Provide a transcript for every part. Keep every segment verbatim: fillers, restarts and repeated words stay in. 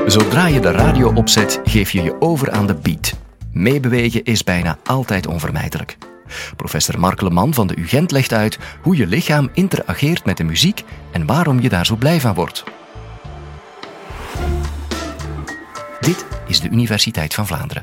Zodra je de radio opzet, geef je je over aan de beat. Meebewegen is bijna altijd onvermijdelijk. Professor Mark Leman van de U Gent legt uit hoe je lichaam interageert met de muziek en waarom je daar zo blij van wordt. Dit is de Universiteit van Vlaanderen.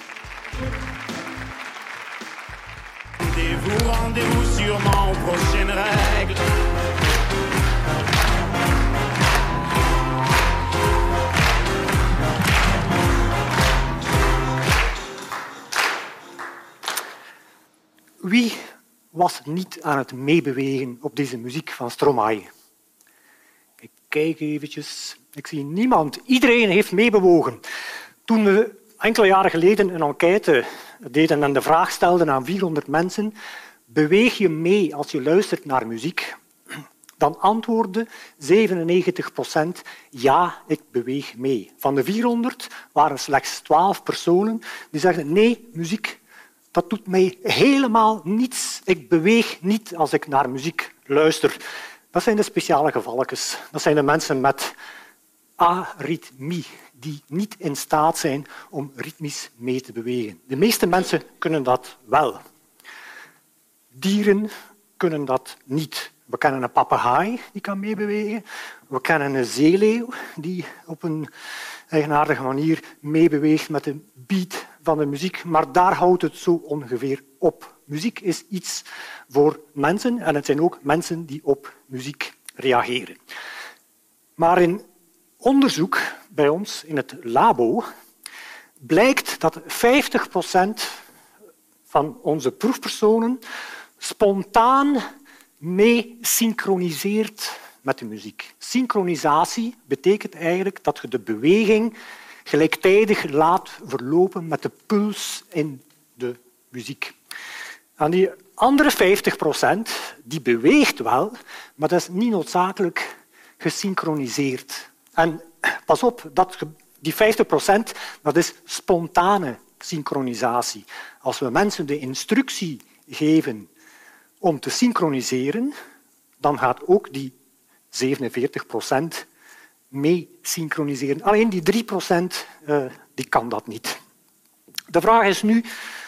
Wie was niet aan het meebewegen op deze muziek van Stromae? Ik kijk eventjes. Ik zie niemand. Iedereen heeft meebewogen. Toen we enkele jaren geleden een enquête deden en de vraag stelden aan vierhonderd mensen: beweeg je mee als je luistert naar muziek? Dan antwoordde zevenennegentig procent ja, ik beweeg mee. Van de vierhonderd waren slechts twaalf personen die zeiden nee, muziek, dat doet mij helemaal niets. Ik beweeg niet als ik naar muziek luister. Dat zijn de speciale gevalletjes. Dat zijn de mensen met arythmie, die niet in staat zijn om ritmisch mee te bewegen. De meeste mensen kunnen dat wel. Dieren kunnen dat niet. We kennen een papegaai die kan meebewegen. We kennen een zeeleeuw die op een eigenaardige manier meebeweegt met de beat van de muziek. Maar daar houdt het zo ongeveer op. Muziek is iets voor mensen en het zijn ook mensen die op muziek reageren. Maar in onderzoek bij ons in het labo blijkt dat vijftig procent van onze proefpersonen spontaan mee synchroniseert met de muziek. Synchronisatie betekent eigenlijk dat je de beweging gelijktijdig laat verlopen met de puls in de muziek. En die andere vijftig procent die beweegt wel, maar dat is niet noodzakelijk gesynchroniseerd. En pas op, dat, die vijftig procent dat is spontane synchronisatie. Als we mensen de instructie geven om te synchroniseren, dan gaat ook die zevenenveertig procent mee synchroniseren. Alleen die drie procent uh, die kan dat niet. De vraag is nu,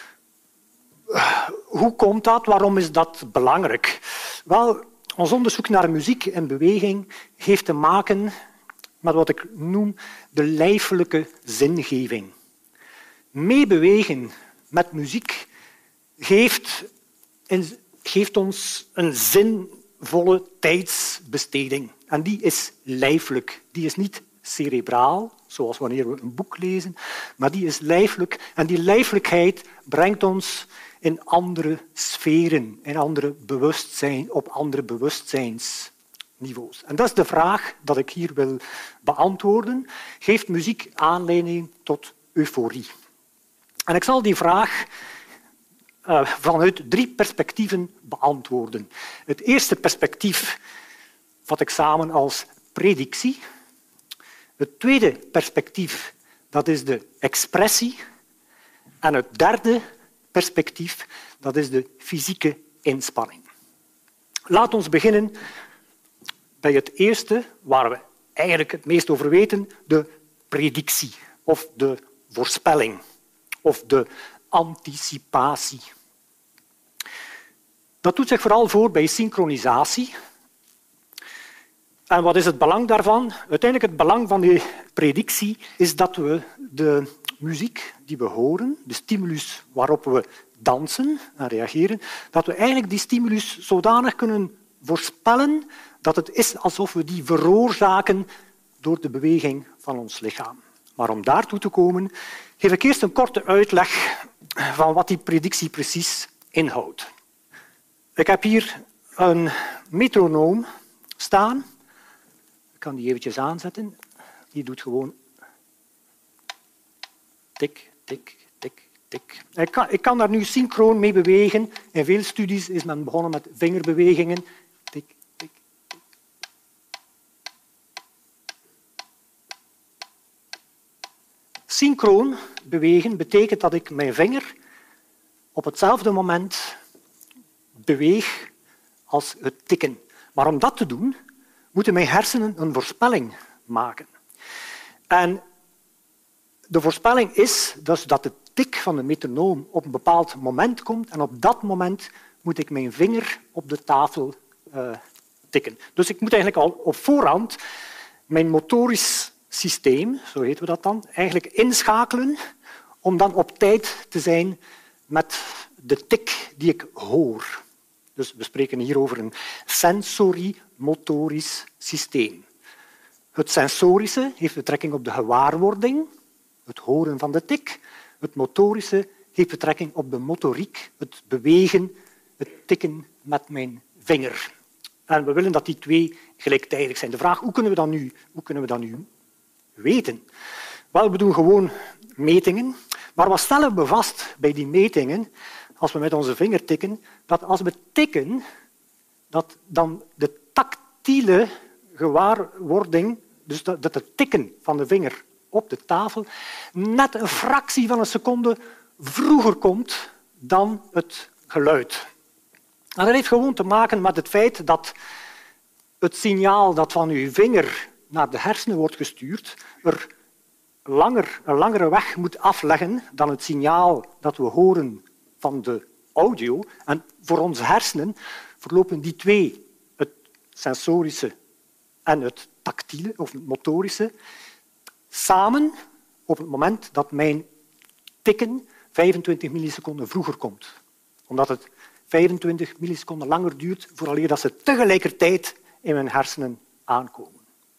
uh, hoe komt dat? Waarom is dat belangrijk? Wel, ons onderzoek naar muziek en beweging heeft te maken met wat ik noem de lijfelijke zingeving. Meebewegen met muziek geeft, geeft ons een zinvolle tijdsbesteding. En die is lijfelijk. Die is niet cerebraal, zoals wanneer we een boek lezen, maar die is lijfelijk. En die lijfelijkheid brengt ons in andere sferen, in andere bewustzijn, op andere bewustzijnsniveaus. En dat is de vraag die ik hier wil beantwoorden. Geeft muziek aanleiding tot euforie? En ik zal die vraag uh, vanuit drie perspectieven beantwoorden. Het eerste perspectief vat ik samen als predictie. Het tweede perspectief, dat is de expressie. En het derde perspectief, dat is de fysieke inspanning. Laat ons beginnen bij het eerste, waar we eigenlijk het meest over weten, de predictie, of de voorspelling, of de anticipatie. Dat doet zich vooral voor bij synchronisatie. En wat is het belang daarvan? Uiteindelijk het belang van die predictie is dat we de muziek die we horen, de stimulus waarop we dansen en reageren, dat we eigenlijk die stimulus zodanig kunnen voorspellen dat het is alsof we die veroorzaken door de beweging van ons lichaam. Maar om daartoe te komen, geef ik eerst een korte uitleg van wat die predictie precies inhoudt. Ik heb hier een metronoom staan. Ik kan die eventjes aanzetten. Die doet gewoon tik, tik, tik, tik. Ik kan, ik kan daar nu synchroon mee bewegen. In veel studies is men begonnen met vingerbewegingen. Tik, tik, tik. Synchroon bewegen betekent dat ik mijn vinger op hetzelfde moment beweeg als het tikken. Maar om dat te doen, moeten mijn hersenen een voorspelling maken. En De voorspelling is dus dat de tik van de metronoom op een bepaald moment komt en op dat moment moet ik mijn vinger op de tafel uh, tikken. Dus ik moet eigenlijk al op voorhand mijn motorisch systeem, zo heten we dat dan, eigenlijk inschakelen om dan op tijd te zijn met de tik die ik hoor. Dus we spreken hier over een sensorimotorisch systeem. Het sensorische heeft betrekking op de gewaarwording, het horen van de tik. Het motorische heeft betrekking op de motoriek, het bewegen, het tikken met mijn vinger. En we willen dat die twee gelijktijdig zijn. De vraag, hoe kunnen we dat nu, hoe kunnen we dat nu weten? Wel, we doen gewoon metingen. Maar wat stellen we vast bij die metingen, als we met onze vinger tikken, dat als we tikken, dat dan de tactiele gewaarwording, dus dat het tikken van de vinger op de tafel, net een fractie van een seconde vroeger komt dan het geluid. En dat heeft gewoon te maken met het feit dat het signaal dat van uw vinger naar de hersenen wordt gestuurd, er langer, een langere weg moet afleggen dan het signaal dat we horen van de audio. En voor onze hersenen verlopen die twee, het sensorische en het tactiele of het motorische, samen op het moment dat mijn tikken vijfentwintig milliseconden vroeger komt. Omdat het vijfentwintig milliseconden langer duurt vooraleer dat ze tegelijkertijd in mijn hersenen aankomen.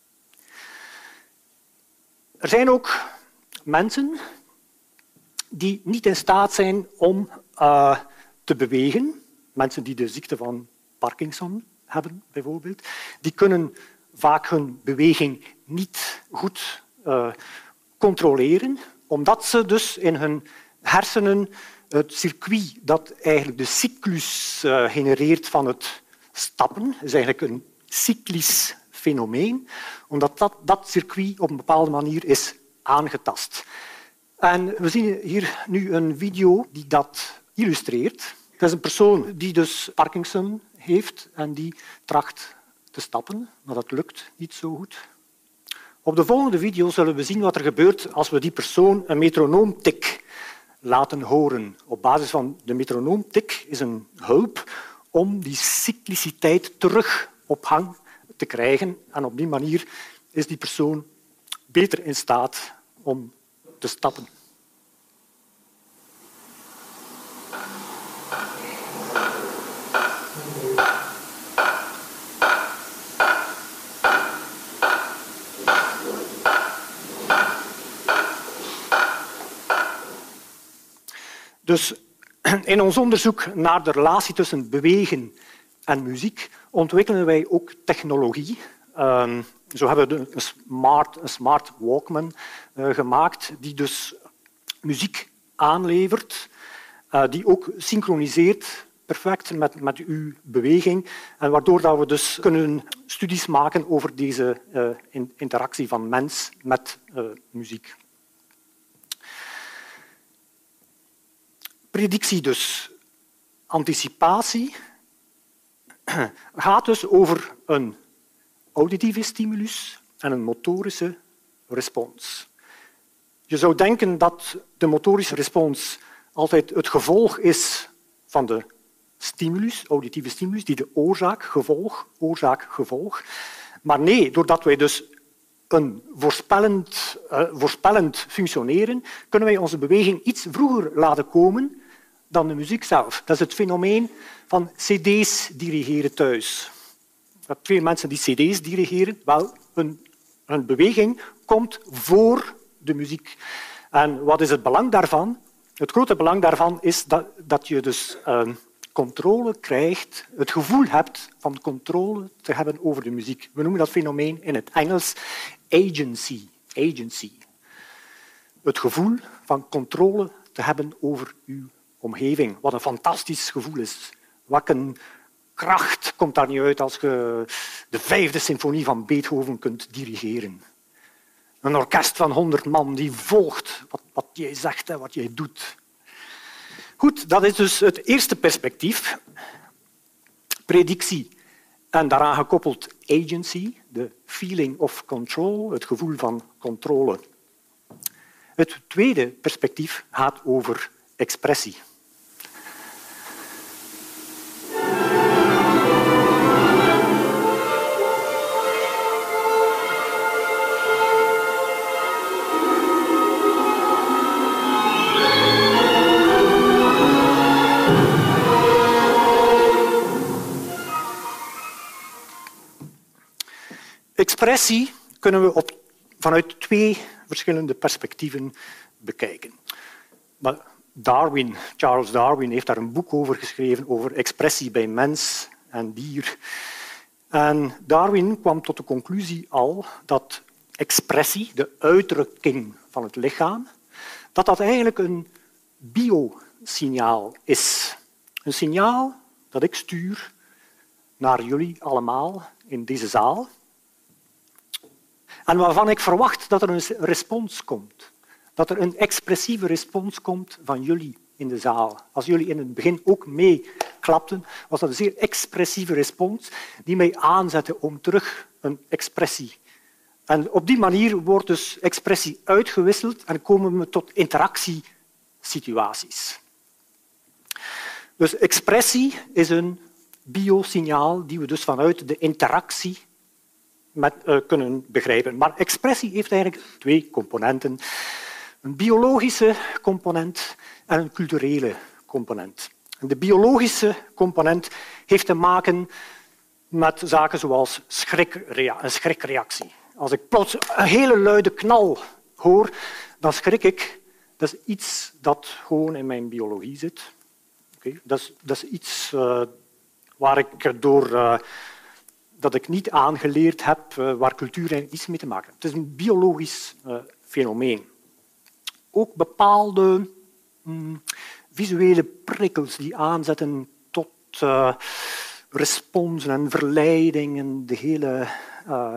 Er zijn ook mensen die niet in staat zijn om uh, te bewegen. Mensen die de ziekte van Parkinson hebben, bijvoorbeeld. Die kunnen vaak hun beweging niet goed uh, controleren, omdat ze dus in hun hersenen het circuit dat eigenlijk de cyclus uh, genereert van het stappen, is eigenlijk een cyclisch fenomeen, omdat dat, dat circuit op een bepaalde manier is aangetast. En we zien hier nu een video die dat illustreert. Het is een persoon die dus Parkinson heeft en die tracht te stappen, maar dat lukt niet zo goed. Op de volgende video zullen we zien wat er gebeurt als we die persoon een metronoomtik laten horen. Op basis van de metronoomtik is een hulp om die cycliciteit terug op gang te krijgen. En op die manier is die persoon beter in staat om te stappen. Dus in ons onderzoek naar de relatie tussen bewegen en muziek ontwikkelen wij ook technologie. Uh, zo hebben we een smart, een smart Walkman uh, gemaakt die dus muziek aanlevert, uh, die ook synchroniseert perfect met, met uw beweging, en waardoor dat we dus kunnen studies maken over deze uh, interactie van mens met uh, muziek. Predictie dus. Anticipatie gaat dus over een auditieve stimulus en een motorische respons. Je zou denken dat de motorische respons altijd het gevolg is van de stimulus, auditieve stimulus, die de oorzaak, gevolg, oorzaak, gevolg. Maar nee, doordat wij dus een voorspellend, uh, voorspellend functioneren, kunnen wij onze beweging iets vroeger laten komen dan de muziek zelf. Dat is het fenomeen van cd's dirigeren thuis. Je hebt twee mensen die cd's dirigeren. Wel, hun, hun beweging komt voor de muziek. En wat is het belang daarvan? Het grote belang daarvan is dat, dat je dus uh, controle krijgt, het gevoel hebt van controle te hebben over de muziek. We noemen dat fenomeen in het Engels agency. agency. Het gevoel van controle te hebben over uw omgeving. Wat een fantastisch gevoel is. Wat een kracht komt daar niet uit als je de vijfde symfonie van Beethoven kunt dirigeren. Een orkest van honderd man die volgt wat, wat jij zegt en wat jij doet. Goed, dat is dus het eerste perspectief. Predictie. En daaraan gekoppeld agency, de feeling of control, het gevoel van controle. Het tweede perspectief gaat over expressie. Expressie kunnen we op, vanuit twee verschillende perspectieven bekijken. Maar Darwin, Charles Darwin heeft daar een boek over geschreven, over expressie bij mens en dier. En Darwin kwam tot de conclusie al dat expressie, de uitdrukking van het lichaam, dat dat eigenlijk een biosignaal is. Een signaal dat ik stuur naar jullie allemaal in deze zaal. En waarvan ik verwacht dat er een respons komt. Dat er een expressieve respons komt van jullie in de zaal. Als jullie in het begin ook meeklapten, was dat een zeer expressieve respons die mij aanzette om terug een expressie. En op die manier wordt dus expressie uitgewisseld en komen we tot interactiesituaties. Dus expressie is een biosignaal die we dus vanuit de interactie Met, uh, kunnen begrijpen. Maar expressie heeft eigenlijk twee componenten. Een biologische component en een culturele component. En de biologische component heeft te maken met zaken zoals schrikrea- een schrikreactie. Als ik plots een hele luide knal hoor, dan schrik ik. Dat is iets dat gewoon in mijn biologie zit. Okay? Dat, is, dat is iets uh, waar ik door... Uh, dat ik niet aangeleerd heb, waar cultuur iets mee te maken heeft. Het is een biologisch uh, fenomeen. Ook bepaalde mm, visuele prikkels die aanzetten tot uh, responsen en verleiding en de hele uh,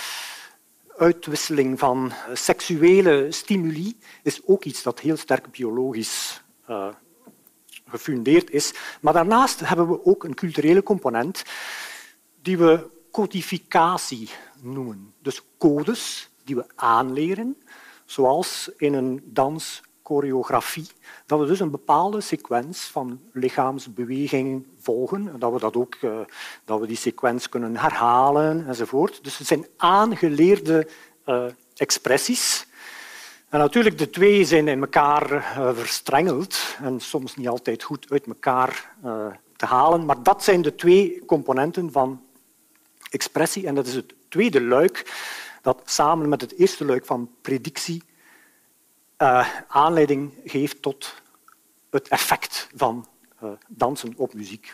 uitwisseling van seksuele stimuli is ook iets dat heel sterk biologisch uh, gefundeerd is. Maar daarnaast hebben we ook een culturele component die we codificatie noemen. Dus codes die we aanleren, zoals in een danschoreografie, dat we dus een bepaalde sequentie van lichaamsbewegingen volgen, en dat we, dat ook, uh, dat we die sequentie kunnen herhalen enzovoort. Dus het zijn aangeleerde uh, expressies. En natuurlijk, de twee zijn in elkaar uh, verstrengeld en soms niet altijd goed uit elkaar uh, te halen, maar dat zijn de twee componenten van expressie en dat is het tweede luik dat samen met het eerste luik van predictie uh, aanleiding geeft tot het effect van uh, dansen op muziek.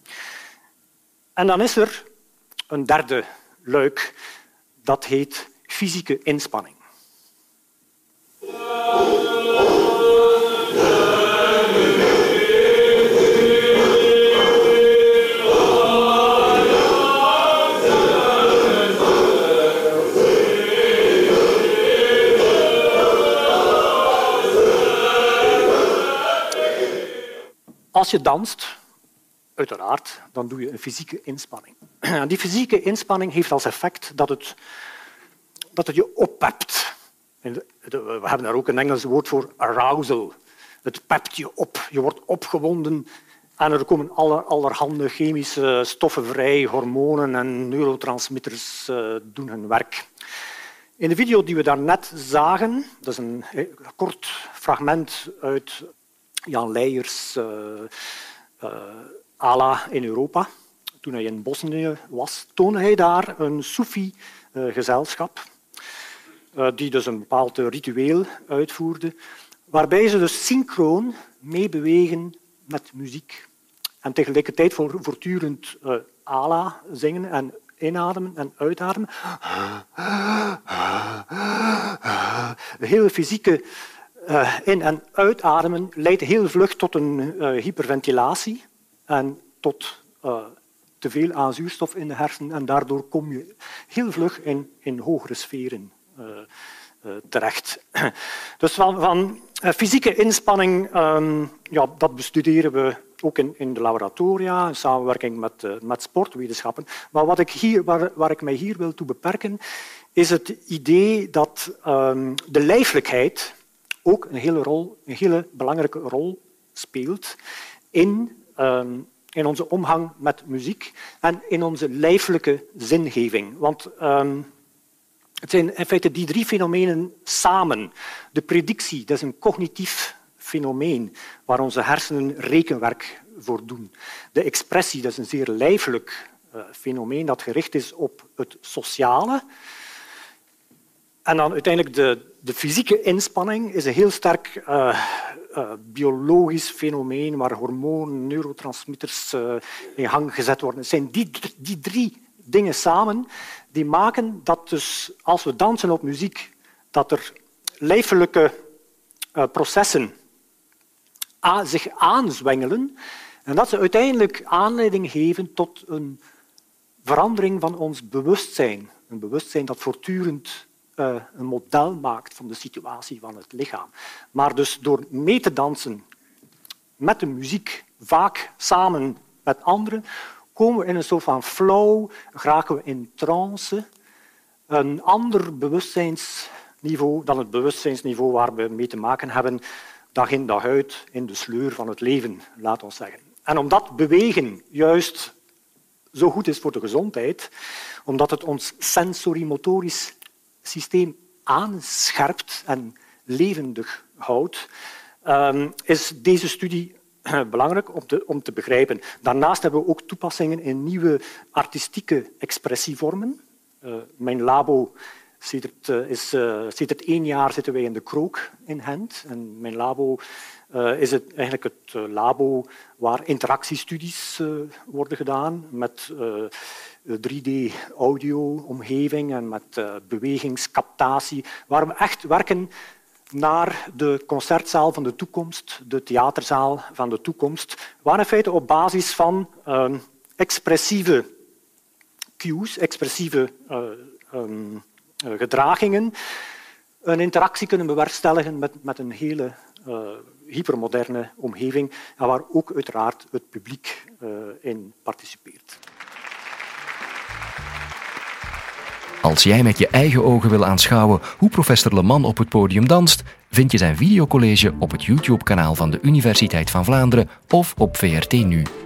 En dan is er een derde luik, dat heet fysieke inspanning. Als je danst, uiteraard, dan doe je een fysieke inspanning. En die fysieke inspanning heeft als effect dat het, dat het je oppept. We hebben daar ook een Engels woord voor, arousal. Het pept je op, je wordt opgewonden en er komen aller, allerhande chemische stoffen vrij, hormonen en neurotransmitters uh, doen hun werk. In de video die we daarnet zagen, dat is een kort fragment uit Jan Leijers uh, uh, Ala in Europa. Toen hij in Bosnië was, toonde hij daar een Soefi-gezelschap, uh, die dus een bepaald ritueel uitvoerde, waarbij ze dus synchroon meebewegen met muziek. En tegelijkertijd voortdurend uh, Ala zingen en inademen en uitademen. De hele fysieke Uh, in- en uitademen leidt heel vlug tot een uh, hyperventilatie en tot uh, te veel aan zuurstof in de hersenen en daardoor kom je heel vlug in, in hogere sferen uh, uh, terecht. Dus van, van uh, fysieke inspanning, um, ja, dat bestuderen we ook in, in de laboratoria, in samenwerking met, uh, met sportwetenschappen. Maar wat ik hier, waar, waar ik mij hier wil toe beperken, is het idee dat um, de lijfelijkheid ook een hele, rol, een hele belangrijke rol speelt in, um, in onze omgang met muziek en in onze lijfelijke zingeving. Want um, het zijn in feite die drie fenomenen samen. De predictie, dat is een cognitief fenomeen waar onze hersenen rekenwerk voor doen. De expressie, dat is een zeer lijfelijk uh, fenomeen dat gericht is op het sociale. En dan uiteindelijk de, de fysieke inspanning is een heel sterk uh, uh, biologisch fenomeen waar hormonen, neurotransmitters uh, in gang gezet worden. Het zijn die, die drie dingen samen die maken dat dus als we dansen op muziek, dat er lijfelijke uh, processen a- zich aanzwengelen en dat ze uiteindelijk aanleiding geven tot een verandering van ons bewustzijn. Een bewustzijn dat voortdurend uh, een model maakt van de situatie van het lichaam. Maar dus door mee te dansen met de muziek, vaak samen met anderen, komen we in een soort van flow, geraken we in trance, een ander bewustzijnsniveau dan het bewustzijnsniveau waar we mee te maken hebben dag in dag uit in de sleur van het leven, laat ons zeggen. En omdat bewegen juist zo goed is voor de gezondheid, omdat het ons sensorimotorisch systeem aanscherpt en levendig houdt, is deze studie belangrijk om te, om te begrijpen. Daarnaast hebben we ook toepassingen in nieuwe artistieke expressievormen. Uh, mijn labo, sedert, uh, is, uh, sedert één jaar zitten wij in de Krook in Gent. En mijn labo uh, is het, eigenlijk het uh, labo waar interactiestudies uh, worden gedaan met uh, drie D-audio-omgeving en met uh, bewegingscaptatie, waar we echt werken naar de concertzaal van de toekomst, de theaterzaal van de toekomst, waar in feite op basis van uh, expressieve cues, expressieve uh, um, uh, gedragingen, een interactie kunnen bewerkstelligen met, met een hele uh, hypermoderne omgeving, en waar ook uiteraard het publiek uh, in participeert. Als jij met je eigen ogen wil aanschouwen hoe professor Le Man op het podium danst, vind je zijn videocollege op het YouTube-kanaal van de Universiteit van Vlaanderen of op V R T Nu.